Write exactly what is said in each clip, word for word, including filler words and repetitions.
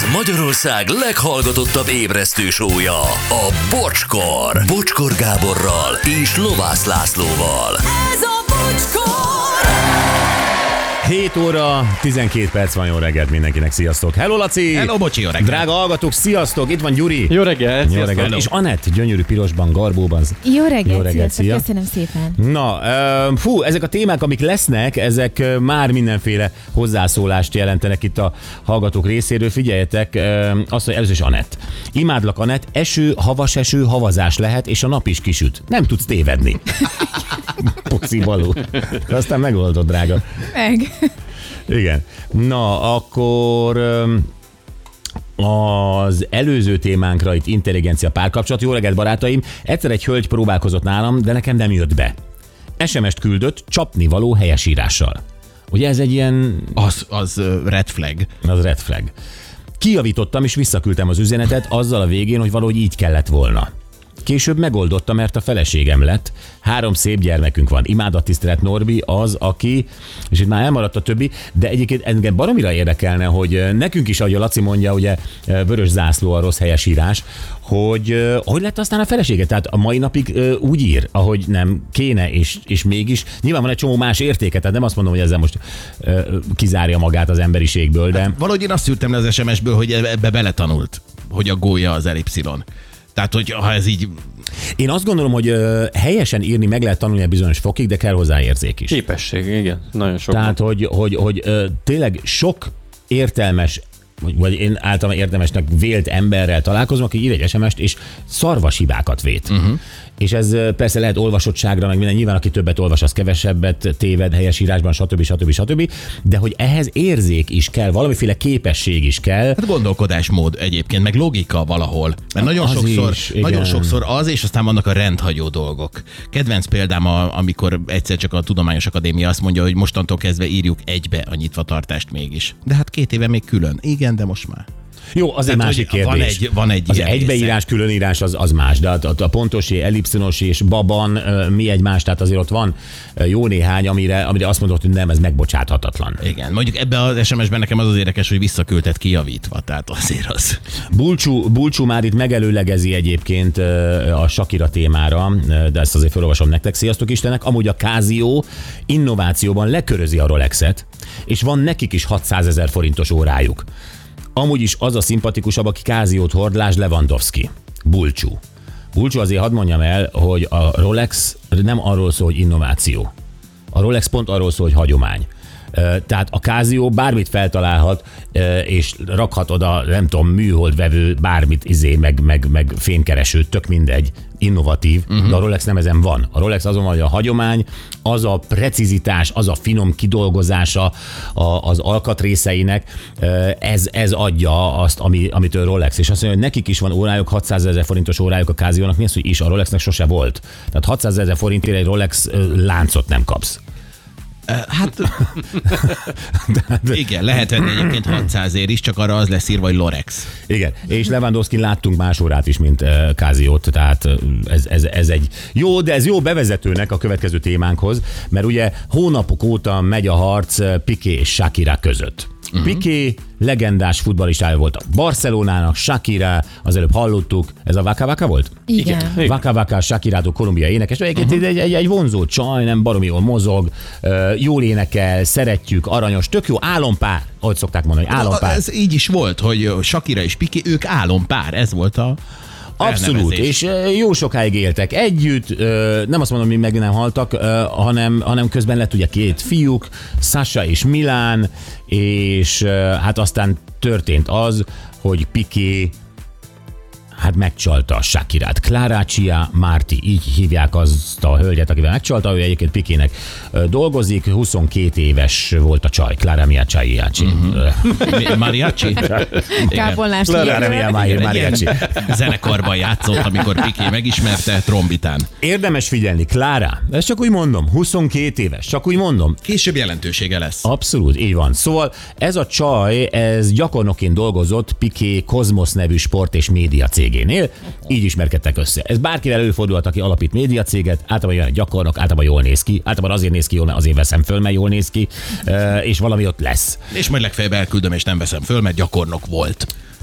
Ez Magyarország leghallgatottabb ébresztő show-ja, a Bocskor. Bocskor Gáborral és Lovász Lászlóval. Ez a Bocskor! hét óra, tizenkét perc van, jó reggelt mindenkinek, sziasztok! Hello, Laci! Hello, bocsi, jó reggelt! Drága hallgatók, sziasztok! Itt van Gyuri! Jó reggelt! Jó reggelt! És Anett, gyönyörű pirosban, garbóban. Jó reggelt, Jó reggelt, szia. Köszönöm szépen. Na, uh, fú, ezek a témák, amik lesznek, ezek uh, már mindenféle hozzászólást jelentenek itt a hallgatók részéről. Figyeljetek, uh, azt mondja, először is Anett. Imádlak, Anett, eső, havas eső, havazás lehet, és a nap is kisüt. Nem tudsz tévedni. Puszi balú. Aztán megoldod, drága. Meg. Igen. Na, akkor az előző témánkra itt intelligencia, párkapcsolat. Jó reggelt, barátaim! Egyszer egy hölgy próbálkozott nálam, de nekem nem jött be. es em es-t küldött csapnivaló helyesírással. Ugye ez egy ilyen... Az, az red flag. Az red flag. Kijavítottam és visszaküldtem az üzenetet azzal a végén, hogy valahogy így kellett volna. Később megoldotta, mert a feleségem lett. Három szép gyermekünk van. Imádattisztelet Norbi az, aki, és itt már elmaradt a többi, de egyébként engem baromira érdekelne, hogy nekünk is, ahogy a Laci mondja, ugye vörös zászló a rossz helyesírás, hogy hogy lett aztán a felesége? Tehát a mai napig úgy ír, ahogy nem kéne, és, és mégis. Nyilván van egy csomó más értéke, tehát nem azt mondom, hogy ezzel most kizárja magát az emberiségből, de... Hát valahogy én azt ültem le az es em es-ből, hogy ebbe beletanult, hogy a gólya az elipszilon. Tehát, hogy ha ez így... Én azt gondolom, hogy uh, helyesen írni meg lehet tanulni egy bizonyos fokig, de kell hozzá érzék is. Képesség, igen. Nagyon sok. Tehát, hogy, hogy, hogy uh, tényleg sok értelmes, vagy, vagy én általában értelmesnek vélt emberrel találkozom, aki ír egy es em es-t, és szarvas hibákat vét. Uh-huh. És ez persze lehet olvasottságra, meg minden, nyilván aki többet olvas, az kevesebbet téved helyesírásban, stb. stb. stb. De hogy ehhez érzék is kell, valamiféle képesség is kell. Hát gondolkodásmód egyébként, meg logika valahol. Mert nagyon az sokszor, is, nagyon sokszor az, és aztán vannak a rendhagyó dolgok. Kedvenc példám, amikor egyszer csak a Tudományos Akadémia azt mondja, hogy mostantól kezdve írjuk egybe a nyitvatartást mégis. De hát két éve még külön. Igen, de most már. Jó, az egy másik kérdés. Van egy, van egy az egybeírás, különírás az, az más, de a, a pontosé, ellipszinosé és baban mi egymás, tehát azért ott van jó néhány, amire, amire azt mondod, hogy nem, ez megbocsáthatatlan. Igen, mondjuk ebbe az es em es-ben nekem az az érdekes, hogy visszaküldted kijavítva, tehát azért az. Bulcsú, Bulcsú már itt megelőlegezi egyébként a Shakira témára, de ezt azért felolvasom nektek. Sziasztok Istenek! Amúgy a Casio innovációban lekörözi a Rolexet, és van nekik is hatszázezer forintos órájuk. Amúgy is az a szimpatikusabb, aki Casio-t hord, lásd Lewandowski. Bulcsú. Bulcsú, azért hadd mondjam el, hogy a Rolex nem arról szól, hogy innováció. A Rolex pont arról szól, hogy hagyomány. Tehát a Casio bármit feltalálhat, és rakhat oda, nem tudom, műholdvevő, bármit, izé, meg, meg, meg fénykereső, tök mindegy, innovatív, uh-huh. De a Rolex nem ezen van. A Rolex azon van, hogy a hagyomány, az a precizitás, az a finom kidolgozása az alkatrészeinek, ez, ez adja azt, ami, amitől Rolex. És azt mondja, hogy nekik is van órájuk, hatszázezer forintos órájuk a Casio-nak, mi az, hogy is, a Rolexnek sose volt. Tehát hatszázezer forintért egy Rolex láncot nem kapsz. Hát, igen, lehet venni egyébként hatszázért is, csak arra az lesz írva, hogy Lorex. Igen, és Lewandowski láttunk más órát is, mint Casio-t, tehát ez, ez, ez egy jó, de ez jó bevezetőnek a következő témánkhoz, mert ugye hónapok óta megy a harc Piqué és Shakira között. Uh-huh. Piqué legendás futballistája volt a Barcelonának, Shakira, az előbb hallottuk, ez a Waka Waka volt? Igen. Igen. Waka Waka, Shakirától Kolumbia énekes, egyébként uh-huh. egy, egy, egy vonzó csaj, nem baromi jól mozog, jól énekel, szeretjük, aranyos, tök jó, álompár, ahogy szokták mondani, álompár. Ez így is volt, hogy Shakira és Piqué, ők álompár, ez volt a... Abszolút, és jó sokáig éltek együtt, nem azt mondom, hogy meg nem haltak, hanem, hanem közben lett ugye két fiúk, Sasha és Milán, és hát aztán történt az, hogy Piqué hát megcsalta a Shakirát. Clara Chia Marti, így hívják azt a hölgyet, akivel megcsalta, ő egyébként Piquének dolgozik, huszonkét éves volt a csaj, Clara Miacci. Uh-huh. Mariachi? Kápolnás. Clara Mariachi. Zenekarban játszott, amikor Piqué megismerte trombitán. Érdemes figyelni, Clara, ezt csak úgy mondom, huszonkét éves, csak úgy mondom. Később jelentősége lesz. Abszolút, így van. Szóval ez a csaj, ez gyakornokként dolgozott Piqué Cosmos nevű sport és média cégénél, így ismerkedtek össze. Ez bárkivel előfordulhat, aki alapít médiacéget, általában jön egy gyakornok, általában jól néz ki, általában azért néz ki jól, mert azért veszem föl, mert jól néz ki, és valami ott lesz. És majd legfeljebb elküldöm, és nem veszem föl, mert gyakornok volt.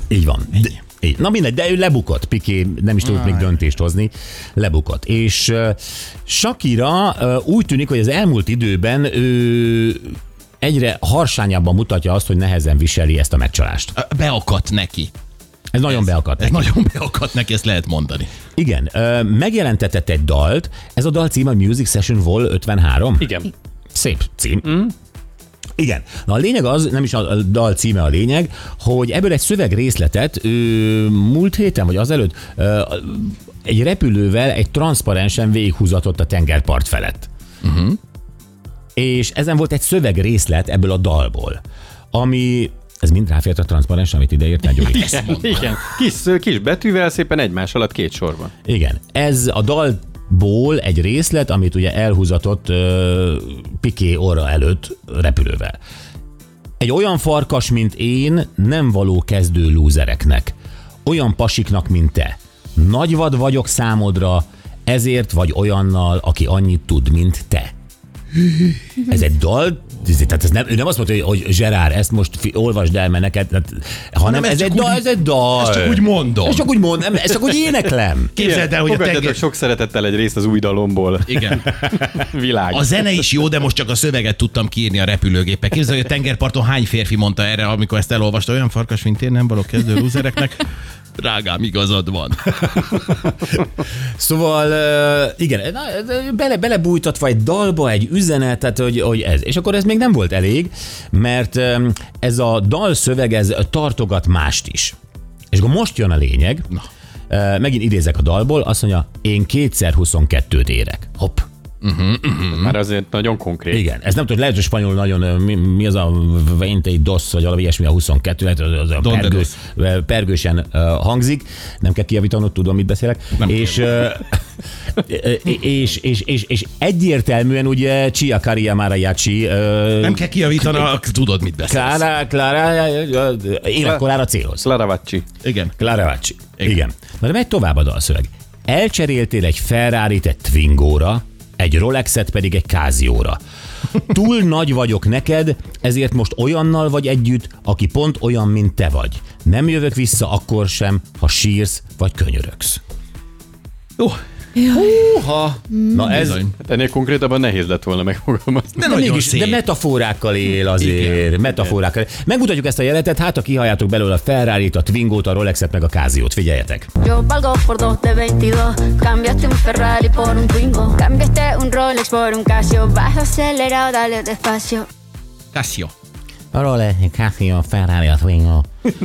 Így van. De, így. Na mindegy, de ő lebukott. Piqué nem is tudott még döntést hozni. Lebukott. És uh, Shakira uh, úgy tűnik, hogy az elmúlt időben ő egyre harsányabban mutatja azt, hogy nehezen viseli ezt a megcsalást. Beakadt neki. Ez nagyon beakadt Ez neki. nagyon beakadt neki, ezt lehet mondani. Igen, uh, megjelentetett egy dalt. Ez a dal címe Music Session Vol ötvenhárom. Igen. Szép cím. Mm. Igen. Na a lényeg az, nem is a dal címe a lényeg, hogy ebből egy szövegrészletet ő múlt héten, vagy azelőtt egy repülővel egy transzparensen végighúzatott a tengerpart felett. Uh-huh. És ezen volt egy szövegrészlet ebből a dalból, ami... Ez mind ráfért a transzparens, amit ideírtál, Gyuri? Igen, igen. Kis, kis betűvel szépen egymás alatt két sorban. Igen. Ez a dal ból egy részlet, amit ugye elhúzatott uh, Piqué orra előtt repülővel. Egy olyan farkas, mint én, nem való kezdő lúzereknek. Olyan pasiknak, mint te. Nagyvad vagyok számodra, ezért vagy olyannal, aki annyit tud, mint te. Ez egy dal, tehát ez nem, ő nem azt mondta, hogy, hogy Gerard, ezt most fi, olvasd el, mert neked, tehát, hanem ez, ez egy dal, ez egy dal. Ezt csak úgy mondom. Ez csak úgy mondom, ez csak úgy éneklem. Képzeld el, hogy a Fogadjatok tenger... sok szeretettel egy részt az új dalomból. Igen. Világ. A zene is jó, de most csak a szöveget tudtam kiírni a repülőgéppel. Képzeld, hogy a tengerparton hány férfi mondta erre, amikor ezt elolvasta, olyan farkas, mint én, nem való kezdő lúzereknek. Drágám, igazad van. Szóval igen, bele, belebújtatva egy dalba, egy üzenet, tehát hogy, hogy ez. És akkor ez még nem volt elég, mert ez a dalszöveg, ez tartogat mást is. És akkor most jön a lényeg, Na. megint idézek a dalból, azt mondja, én kétszer huszonkettőt érek. Hopp. Uh-huh, uh-huh. Már azért nagyon konkrét. Igen, ez nem tudom, lehet, hogy spanyol nagyon, mi, mi az a veinte dos, vagy valami ilyesmi a huszonkettő, lehet, az a pergő, pergősen uh, hangzik, nem kell kijavítanod, tudom, mit beszélek, Nem és, uh, és, és, és, és egyértelműen ugye Chia Caria Mariachi uh, Nem kell kijavítani, tudod, mit beszélsz. Clara, Clara, életkorára céloz. Clara Vacci. Igen. Clara Vacci. Igen. Igen. Na de megy tovább a dalszöveg. Elcseréltél egy Ferrarit egy Twingóra, egy Rolexet pedig egy Casio-ra. Túl nagy vagyok neked, ezért most olyannal vagy együtt, aki pont olyan, mint te vagy. Nem jövök vissza akkor sem, ha sírsz vagy könyörögsz. Jó. Húha! Na ez... Bizony. Hát ennél konkrétabban nehéz lett volna megfogalmazni. De De, nagyon mégis, szép. de metaforákkal él azért, Igen. metaforákkal. Megmutatjuk ezt a jelenetet, hát ha kihalljátok belőle a Ferrarit, a Twingót, a Rolexet, meg a Casio-t. Figyeljetek! Yo valgo por dos de veintidós. Cambiaste un Ferrari por un Twingo. Cambiaste un Rolex por un Casio. Vas acelerado, dale despacio. Casio. A Rolex, a Casio, a Ferrari, a Twingo.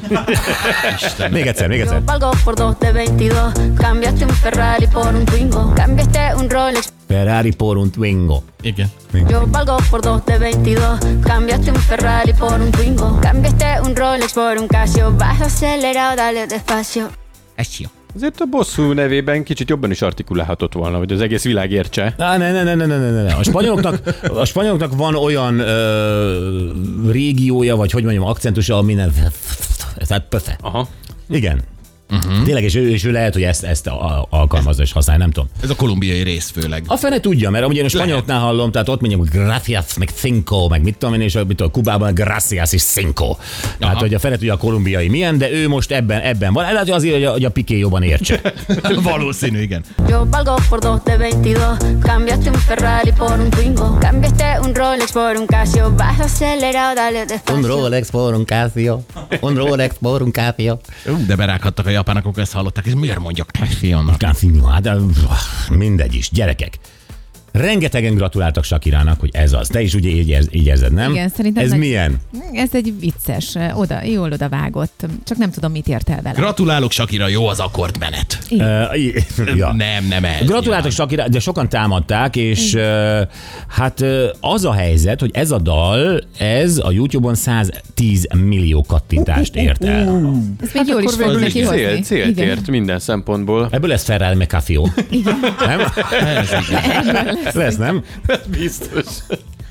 Még egyszer, még Yo egyszer. valgo por dos de veintidós. Cambiaste un Ferrari por un Twingo. Cambiaste un Rolex. Ferrari por un Twingo. Igen. Yo valgo por dos de veintidós. Cambiaste un Ferrari por un Twingo. Cambiaste un Rolex por un Casio. Vas acelerado, dale despacio. Casio. Azért a bosszú nevében kicsit jobban is artikulálhatott volna, hogy az egész világ értse. Á, ne, ne, ne, ne, ne, ne, ne. A spanyoloknak, a spanyoloknak van olyan ö, régiója, vagy hogy mondjam, akcentusa, ami nem... Tehát pöfe. Aha. Igen. Uh-huh. Tényleg, és ő, és ő lehet, hogy ezt, ezt a- alkalmazza és használja, nem tudom. Ez a kolumbiai rész főleg. A fene tudja, mert ugye én a spanyoloknál hallom, tehát ott mondjam gracias, meg cinco, meg mit tudom én, és mit tudom, Kubában gracias és cinco. Tehát, hogy a fene tudja a kolumbiai milyen, de ő most ebben, ebben van. Lehet, hogy azért, hogy a, hogy a Piqué jobban értse. Valószínű, igen. Yo valgo por dos de veintidós. Cambiaste un Ferrari por un Twingo. Cambiaste un Rolex por un Casio. Vas acelerado, dale despacio. Un Rolex por un Casio. Un Rolex por un Casio. Ú, de berághattak a japánok, akkor ezt hallották, és miért mondjak Casio-nak? Casio, hát mindegy is. Gyerekek. Rengetegen gratuláltak Shakirának, hogy ez az. Te is ugye így, érz, így érzed, nem? Igen, szerintem Ez nagy- milyen? Ez egy vicces, oda, jól odavágott, csak nem tudom, mit ért el vele. Gratulálok, Shakira, jó az akkordmenet. Uh, i- ja. Nem, nem ez. Gratuláltak Shakira, de sokan támadták, és uh, hát uh, az a helyzet, hogy ez a dal, ez a YouTube-on száztíz millió kattintást ért el. Ezt még jól is Akkor fog végül neki is hozni. cél, célt Igen. ért minden szempontból. Ebből lesz Ferrari McAfee. Nem? Ez igen. Lesz, nem? Biztos.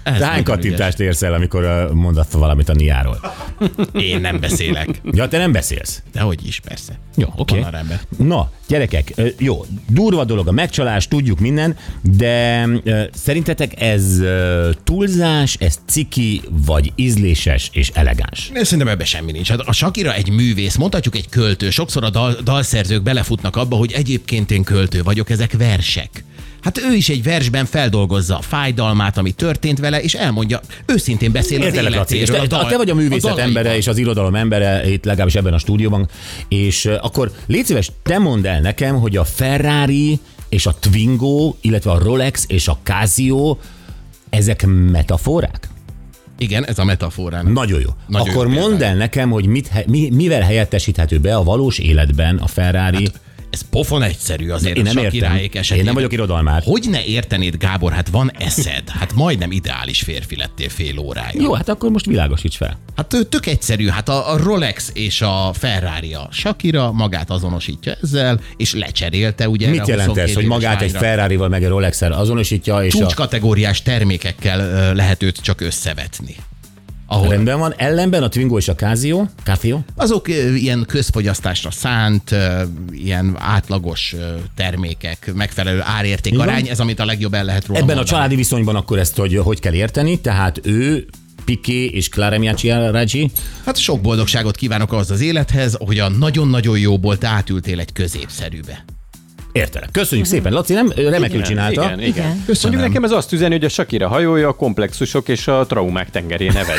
Ez Te hány kattintást érsz el, amikor uh, mondasz valamit a Niáról? Én nem beszélek. Ja, te nem beszélsz. Dehogy is, persze. Jó, oké. Van a rendben. Na, gyerekek, ö, jó, durva dolog a megcsalás, tudjuk minden, de ö, szerintetek ez ö, túlzás, ez ciki, vagy ízléses és elegáns? Én szerintem ebben semmi nincs. Hát a Shakira egy művész, mondhatjuk egy költő. Sokszor a dal, dalszerzők belefutnak abba, hogy egyébként én költő vagyok, ezek versek. Hát ő is egy versben feldolgozza a fájdalmát, ami történt vele, és elmondja, őszintén beszél az Értelek, Laci, és életéről. te, a dal, te vagy a művészet a embere, és az irodalom embere, itt legalábbis ebben a stúdióban, és uh, akkor légy szíves, te mondd el nekem, hogy a Ferrari és a Twingo, illetve a Rolex és a Casio, ezek metaforák? Igen, ez a metaforának. Nagyon jó. Nagyon Akkor jó mondd példány. el nekem, hogy mit, he- mi, mivel helyettesíthető be a valós életben a Ferrari. Hát, Ez pofon egyszerű azért én a nem értem. Shakiráék esetében. Én nem vagyok irodalmár. Hogy ne értenéd, Gábor, hát van eszed. Hát majdnem ideális férfi lettél fél órája. Jó, hát akkor most világosíts fel. Hát ő tök egyszerű, hát a, a Rolex és a Ferrari, a Shakira magát azonosítja ezzel, és lecserélte ugye. Mit jelent ez, hogy magát egy Ferrari-val meg egy Rolex-el azonosítja, és a... Csúcskategóriás termékekkel ö, lehet őt csak összevetni. Ahol Rendben van, ellenben a Twingo és a Casio, Casio, azok ö, ilyen közfogyasztásra szánt, ö, ilyen átlagos ö, termékek, megfelelő árérték arány, ez amit a legjobb el lehet róla ebben a mondani. családi viszonyban akkor ezt hogy, hogy kell érteni, tehát ő, Piqué és Clara Miacchiaraggi, Hát sok boldogságot kívánok az az élethez, hogy a nagyon-nagyon jóból te átültél egy középszerűbe. értelek. Köszönjük szépen, Laci, nem remekül csinálta. Igen, igen. Igen. Mondjuk nekem ez azt üzeni, hogy a Shakira hajója a komplexusok és a traumák tengerén neved.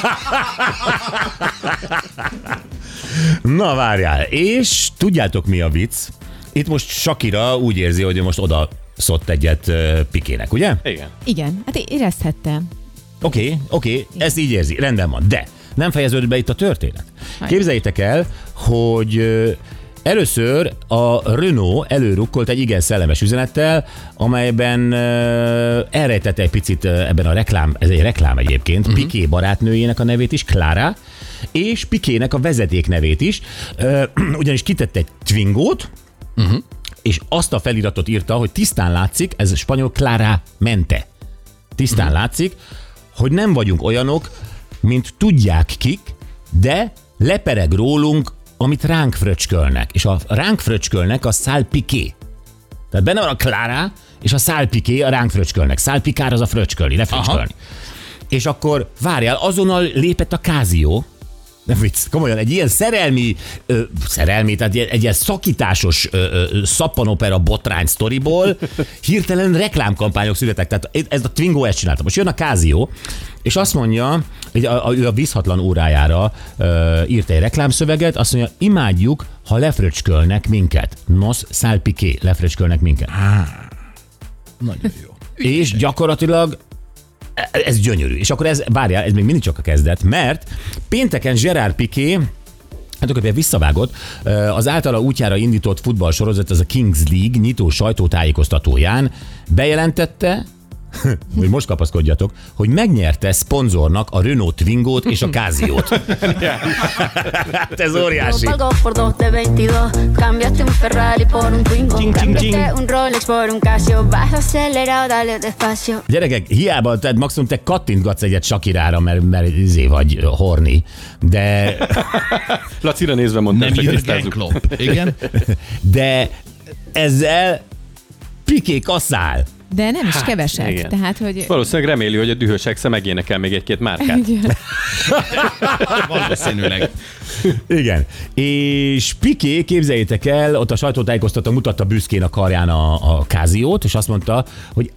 Na várjál, és tudjátok mi a vicc? Itt most Shakira úgy érzi, hogy ő most oda szott egyet uh, Piquének, ugye? Igen. Igen, hát érezhette. Oké, okay, oké, okay, ezt így érzi, rendben van, de nem fejeződik be itt a történet. Haj. Képzeljétek el, hogy ö, először a Renault előrukkolt egy igen szellemes üzenettel, amelyben ö, elrejtette egy picit ö, ebben a reklám, ez egy reklám egyébként, uh-huh. Piqué barátnőjének a nevét is, Clara, és Piquének a vezeték nevét is, ö, ugyanis kitett egy Twingót, uh-huh. és azt a feliratot írta, hogy tisztán látszik, ez spanyol Clara Mente. Tisztán uh-huh. látszik, hogy nem vagyunk olyanok, mint tudják kik, de lepereg rólunk, amit ránk fröcskölnek. És a ránk fröcskölnek a Salpiqué. Tehát benne van a Clara, és a Salpiqué a ránk fröcskölnek. Salpicár az a fröcskölni, lefröcskölni. És akkor várjál, azonnal lépett a Casio, nem vicc, komolyan, egy ilyen szerelmi, ö, szerelmi, tehát egy, egy ilyen szakításos ö, ö, szappanopera botrány sztoriból hirtelen reklámkampányok születtek. Tehát ez a Twingo ezt csinálta. Most jön a Casio, és azt mondja, hogy a, a, ő a vízhatlan órájára ö, írt egy reklámszöveget, azt mondja, imádjuk, ha lefröcskölnek minket. Nos, Salpiqué, lefröcskölnek minket. Nagyon jó. És gyakorlatilag ez gyönyörű. És akkor ez, várjál, ez még mindig csak a kezdet, mert pénteken Gerard Piqué, hát akkor visszavágott, az általa útjára indított futballsorozat, az a Kings League nyitó sajtótájékoztatóján bejelentette, hogy most kapaszkodjatok, hogy megnyerte szponzornak a Renault Twingót és a Casio-t. Hát ez óriási. Pago por dos de veintidós. Cambiaste un Ferrari por un Twingo. Ching, ching, ching. Cambiaste un Rolex por un Casio. Vas acelerado, dale despacio. Gyerekek, hiába, tehát maximum te kattintgatsz egyet Shakirára, mert, mert izé vagy horni, de, Lacira nézve mondtam, Nem csak Jürgen tisztázzuk. Klopp. Igen? de ezzel Piqué kasszál. De nem is keveset. igen. Tehát, hogy... Valószínűleg reméli, hogy a dühös exe megénekel még egy-két márkát. Igen. Valószínűleg. Igen. És Piqué, képzeljétek el, ott a sajtótájékoztató mutatta büszkén a karján a, a Casio-t, és azt mondta, hogy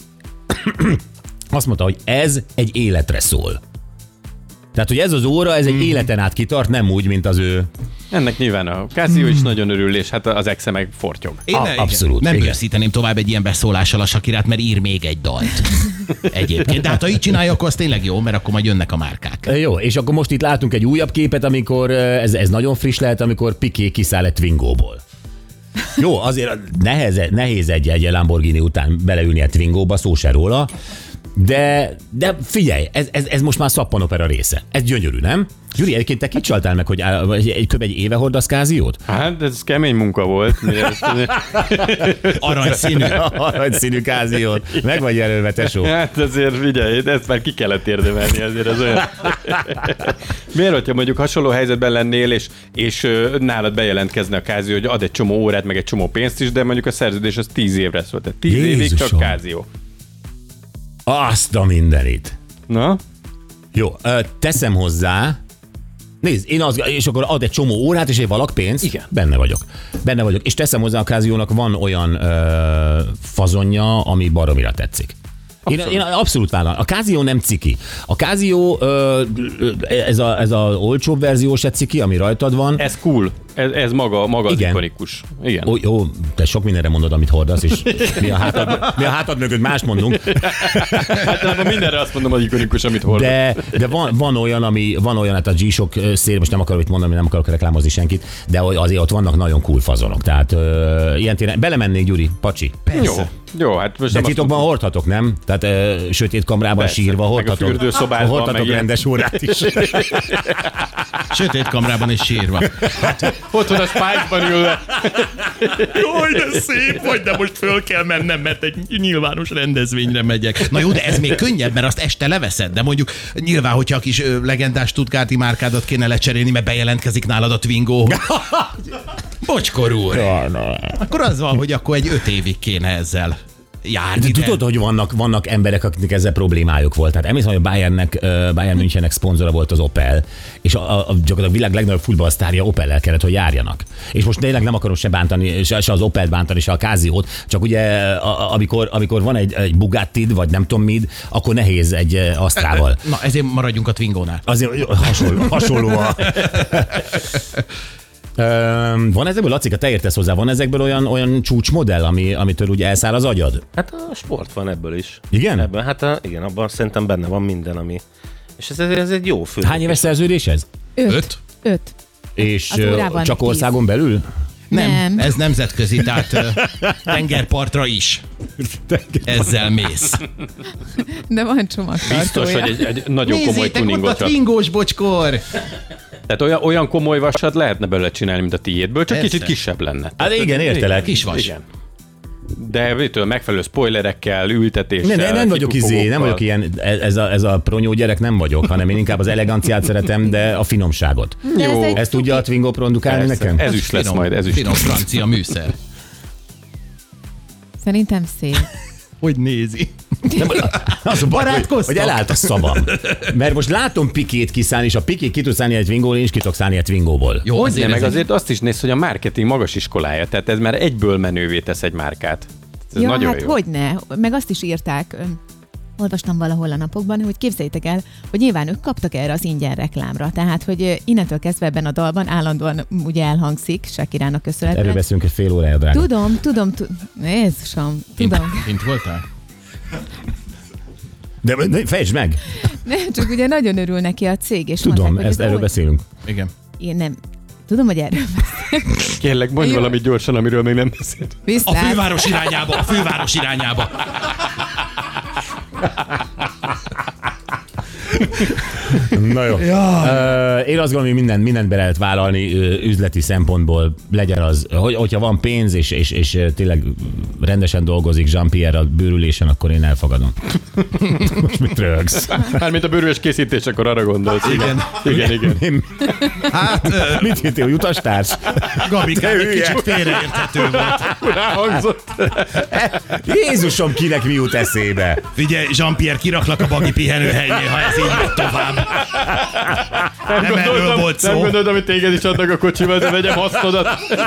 azt mondta, hogy ez egy életre szól. Tehát, hogy ez az óra, ez egy életen át kitart, nem úgy, mint az ő... Ennek nyilván a Casio is nagyon örül, és hát az exe meg fortyog. Én A- ne, abszolút, Nem igen. bőszíteném tovább egy ilyen beszólással a Shakirát, mert ír még egy dalt. Egyébként. De hát ha így csinálja, akkor az tényleg jó, mert akkor majd jönnek a márkák. Jó, és akkor most itt látunk egy újabb képet, amikor ez, ez nagyon friss lehet, amikor Piqué kiszáll egy Twingóból. Jó, azért nehéz, nehéz egy, egy Lamborghini után beleülni egy Twingóba, szó se róla, De, de figyelj, ez, ez, ez most már szappanopera része. Ez gyönyörű, nem? Gyuri, egyébként te kit csaltál meg, hogy áll- egy, egy, kb. egy éve hordasz káziót? Hát ez kemény munka volt. Aranyszínű. Aranyszínű káziót. Meg vagy jelölve, tesó. Hát azért figyelj, ezt már ki kellett érdemelni, azért az olyan. Miért, hogyha mondjuk hasonló helyzetben lennél, és, és ö, nálad bejelentkezne a kázió, hogy ad egy csomó órát, meg egy csomó pénzt is, de mondjuk a szerződés az tíz évre szólt. Tehát tíz évig csak Jézusom. kázió. Azt a mindenit. Na? Jó, ö, teszem hozzá. Nézd, én az, és akkor ad egy csomó órát, és egy valak pénzt. Igen. Benne vagyok. Benne vagyok. És teszem hozzá, a káziónak van olyan ö, fazonja, ami baromira tetszik. Én, én abszolút vállalom. A kázió nem ciki. A kázió, ö, ez a, ez a olcsóbb verzió se ciki, ami rajtad van. Ez cool. Ez, ez maga, maga az Igen. ikonikus. Igen. Ó, jó, te sok mindenre mondod, amit hordasz, és mi a hátad, mi a hátad mögött más mondunk. Általában mindenre azt mondom, hogy ikonikus, amit hol. De, de van, van, olyan, ami, van olyan, hát a G-Shock szél, most nem akarok itt mondani, nem akarok reklámozni senkit, de azért ott vannak nagyon cool fazonok. Tehát ö, ilyen téren, belemennék, Gyuri, pacsi. Jó. Jó, hát most De nem titokban azt hordhatok, nem? Tehát ö, sötét kamrában Persze, sírva meg a hordhatok. fürdőszobádban, hordhatok meg ilyen. rendes órát is. Sötét kamrában is sírva. otthon a Spice-ban ülve. Jaj, de szép vagy, de most föl kell mennem, mert egy nyilvános rendezvényre megyek. Na jó, de ez még könnyebb, mert azt este leveszed, de mondjuk nyilván, hogyha a kis ö, legendás Stuttgarti márkádat kéne lecserélni, mert bejelentkezik nálad a Twingo. Bocskor úr. Ja, na. Akkor az van, hogy akkor egy öt évig kéne ezzel járni. De tudod, hogy vannak, vannak emberek, akiknek ezzel problémájuk volt. Tehát emlékszem, hogy a Bayernnek, uh, Bayern Münchennek szponzora volt az Opel, és a, a, a, a világ legnagyobb futballsztárja Opellel kellett, hogy járjanak. És most tényleg nem akarom se bántani, se, se az Opelt bántani, se a Káziót, csak ugye a, amikor, amikor van egy, egy Bugattid, vagy nem tudom mid, akkor nehéz egy uh, Astrával. Na, ezért maradjunk a Twingónál. Azért hasonló, hasonló a... Öm, van ezekből, Lacika, te értesz hozzá, van ezekből olyan, olyan csúcsmodell, ami, amitől úgy elszáll az agyad? Hát a sport van ebből is. Igen? Ebben, hát a, igen, abban szerintem benne van minden, ami... És ez, ez egy jó fő. Hány éves szerződés ez? Öt. Öt? Öt. És Az órában csak tíz. országon belül? Nem, Nem. ez nemzetközi, tehát ö, tengerpartra is. Ezzel mész. De van csomagtartója. Biztos, hogy egy, egy nagyon komoly Nézzétek, ott a tuningot csak. Twingós bocskor! Tehát olyan, olyan komoly vasat lehetne belőle csinálni, mint a tiédből, csak Persze. kicsit kisebb lenne. Hát igen, értelek. Kis vas. Igen. De mitől megfelelő spoilerekkel, ültetéssel, Nem, nem, nem vagyok izé, nem kipufogókkal. vagyok ilyen, ez a, ez a pronyó gyerek nem vagyok, hanem én inkább az eleganciát szeretem, de a finomságot. De ez Jó. egy Ezt tudja a Twingo produkálni Persze. nekem? Ez is lesz Finom- majd, ez is. Finom francia műszer. Szerintem szép. Hogy nézi? Az a baj, hogy, Barátkoztok? hogy elállt a szavam. Mert most látom Pikét kiszállni, és a Pikét ki tud szállni egy Twingóból, én is ki tudok szállni egy Twingóból. Jó, De azért meg ez egy- azért azt is néz, hogy a marketing magas iskolája, tehát ez már egyből menővé tesz egy márkát. Ez Ja, nagyon hát jó. hogyne. Meg azt is írták, ö, olvastam valahol a napokban, hogy képzeljétek el, hogy nyilván ők kaptak erre az ingyen reklámra. Tehát, hogy ö, innentől kezdve ebben a dalban állandóan ugye elhangzik, Sakirának Erről köszönhetően. beszélünk egy fél órája, drága. Tudom, tudom, tudom. Jézusom, Kint, tudom. kint voltál? De, de fejtsd meg! Nem, csak ugye nagyon örül neki a cég, és Tudom, mondták, hogy ezt ez erről oly- beszélünk. Igen. Én nem. Tudom, hogy erről Kérlek, mondj Jó. valamit gyorsan, amiről még nem beszélt. A Viszlát. főváros irányába, a főváros irányába. Na jó. Ja. Én azt gondolom, hogy mindent, mindent be lehet vállalni ö, üzleti szempontból, legyen az, hogy, hogyha van pénz, és, és, és ö, tényleg rendesen dolgozik Jean-Pierre a bőrülésen, akkor én elfogadom. Most mit röhögsz? Mármint a bőrülés készítésekor arra gondolsz. Igen. Igen, igen. Én, Hát, ö, mit hittél, hogy utastárs? Gabikám, egy hülye. kicsit félreérthető volt. Ráhangzott. Jézusom, kinek mi jut eszébe? Figyelj, Jean-Pierre, kiraklak a bagi pihenőhelynél, ha ez így megy tovább. Nem erről volt Nem szó. gondoltam, hogy téged is adnak a kocsival, de vegyem hasznodat.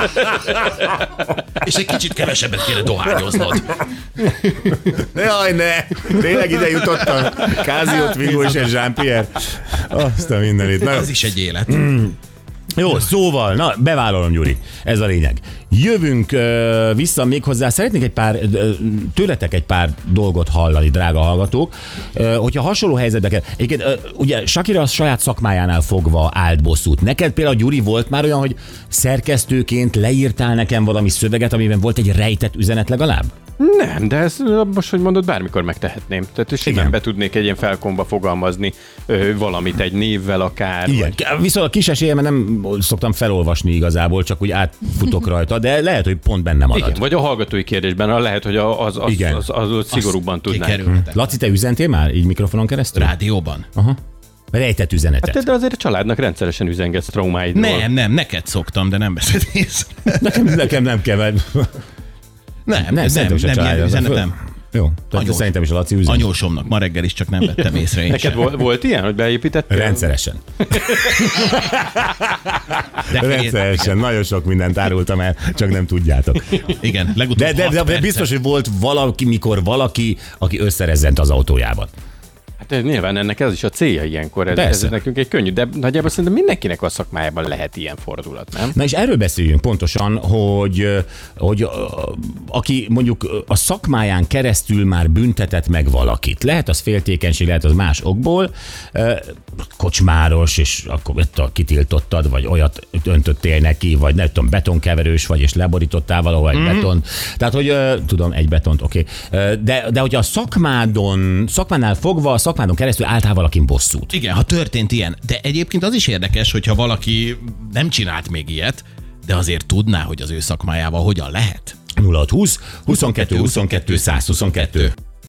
És egy kicsit kevesebbet kéne dohányoznod. Jaj, ne! Tényleg ide jutottam. Casio, Twingo és egy Jean-Pierre. Azt a mindenit. Na, Az is egy élet. jó, szóval, na, bevállalom, Gyuri. Ez a lényeg. Jövünk uh, vissza még hozzá. Szeretnék egy pár, uh, tőletek egy pár dolgot hallani, drága hallgatók. Uh, hogyha hasonló helyzetbe kell. Egyébként, uh, ugye Shakira a saját szakmájánál fogva állt bosszút. Neked például, Gyuri, volt már olyan, hogy szerkesztőként leírtál nekem valami szöveget, amiben volt egy rejtett üzenet legalább? Nem, de ezt most, hogy mondod, bármikor megtehetném. Tehát simán Igen. be tudnék egy ilyen felkomba fogalmazni ö, valamit egy névvel akár. Igen, Vagy... viszont a kis esélye, mert nem szoktam felolvasni igazából, csak úgy átfutok rajta, de lehet, hogy pont benne marad. Igen, vagy a hallgatói kérdésben lehet, hogy az, az, Igen. az, az, az szigorúbban tudnánk. Kikerülhetetlen. Laci, te üzentél már így mikrofonon keresztül? Rádióban? Aha. Rejtett üzenetet. Hát, de azért a családnak rendszeresen üzengetsz traumáidról. Nem, nem, neked szoktam, de nem veszed észre. Nekem, nekem nem kell, mert... Nem, Nem, nem, szerintem nem, is a nem ilyen család. üzenet, Föl- nem. Jó, tehát Anyós. szerintem is a Laci üzen. Anyósomnak ma reggel is csak nem vettem észre én Neked sem. volt, volt ilyen, hogy beépítettél? Rendszeresen. De Rendszeresen. Nagyon sok mindent árultam el, csak nem tudjátok. Igen, legutóbb De, de, hat de, de percet. biztos, hogy volt valaki, mikor valaki, aki összerezzent az autójában. Hát nyilván ennek ez is a célja ilyenkor. Ez, Persze. ez nekünk egy könnyű, de nagyjából szerintem mindenkinek a szakmájában lehet ilyen fordulat, nem? Na és erről beszéljünk pontosan, hogy, hogy a- aki mondjuk a szakmáján keresztül már büntetett meg valakit. Lehet az féltékenység, lehet az más okból, eh, kocsmáros, és akkor mit tudom, kitiltottad, vagy olyat öntöttél neki, vagy nem tudom, betonkeverős vagy, és leborítottál valahol egy mm. betont. Tehát, hogy eh, tudom, egy betont, oké. Okay. De, de hogyha a szakmádon, szakmánál fogva, a szakmádon keresztül álltál valakin bosszút. Igen, ha történt ilyen. De egyébként az is érdekes, hogyha valaki nem csinált még ilyet, de azért tudná, hogy az ő szakmájával hogyan lehet. nulla hat húsz huszonkettő huszonkettő száz huszonkettő